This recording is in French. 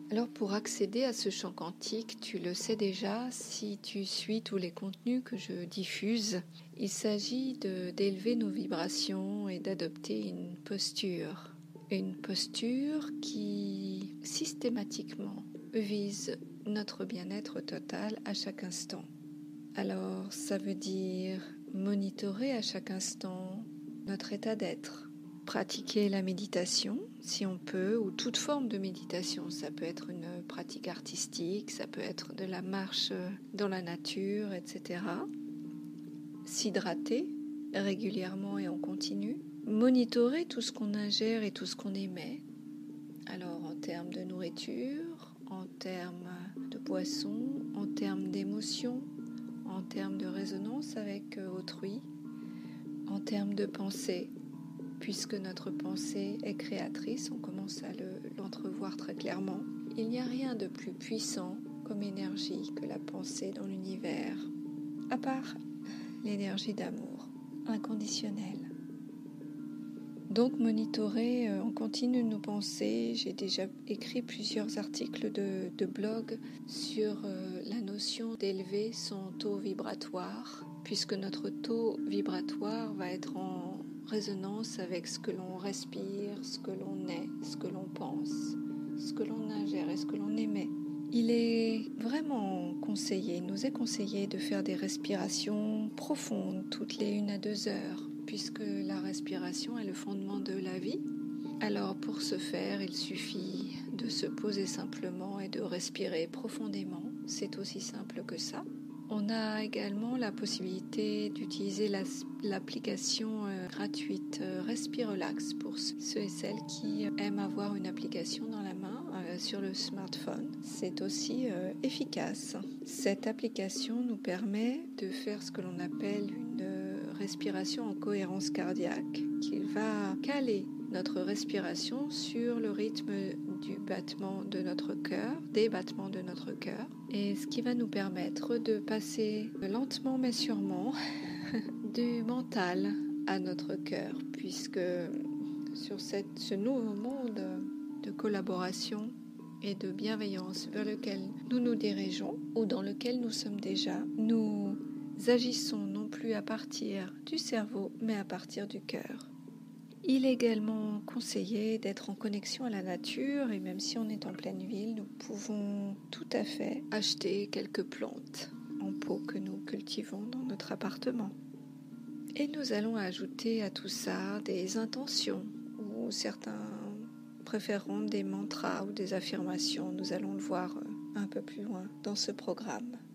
Alors pour accéder à ce champ quantique, tu le sais déjà si tu suis tous les contenus que je diffuse. Il s'agit d'élever nos vibrations et d'adopter une posture. Une posture qui systématiquement vise notre bien-être total à chaque instant. Alors ça veut dire monitorer à chaque instant notre état d'être. Pratiquer la méditation, si on peut, ou toute forme de méditation. Ça peut être une pratique artistique, ça peut être de la marche dans la nature, etc. S'hydrater régulièrement et en continu. Monitorer tout ce qu'on ingère et tout ce qu'on émet. Alors en termes de nourriture, en termes de boissons, en termes d'émotions, en termes de résonance avec autrui, en termes de pensée. Puisque notre pensée est créatrice, on commence à l'entrevoir très clairement. Il n'y a rien de plus puissant comme énergie que la pensée dans l'univers, à part l'énergie d'amour inconditionnelle. Donc monitorer en continu nos pensées. J'ai déjà écrit plusieurs articles de blog sur la notion d'élever son taux vibratoire, puisque notre taux vibratoire va être en résonance avec ce que l'on respire, ce que l'on est, ce que l'on pense, ce que l'on ingère et ce que l'on émet. Il est vraiment conseillé, nous est conseillé de faire des respirations profondes toutes les 1 à 2 heures, puisque la respiration est le fondement de la vie. Alors pour ce faire, il suffit de se poser simplement et de respirer profondément. C'est aussi simple que ça. On a également la possibilité d'utiliser l'application gratuite Respirelax pour ceux et celles qui aiment avoir une application dans la main sur le smartphone. C'est aussi efficace. Cette application nous permet de faire ce que l'on appelle une respiration en cohérence cardiaque qui va caler notre respiration sur le rythme du battement de notre cœur, des battements de notre cœur, et ce qui va nous permettre de passer lentement mais sûrement du mental à notre cœur, puisque sur ce nouveau monde de collaboration et de bienveillance vers lequel nous nous dirigeons, ou dans lequel nous sommes déjà, nous agissons non plus à partir du cerveau, mais à partir du cœur. Il est également conseillé d'être en connexion à la nature, et même si on est en pleine ville, nous pouvons tout à fait acheter quelques plantes en pot que nous cultivons dans notre appartement. Et nous allons ajouter à tout ça des intentions, ou certains préféreront des mantras ou des affirmations. Nous allons le voir un peu plus loin dans ce programme.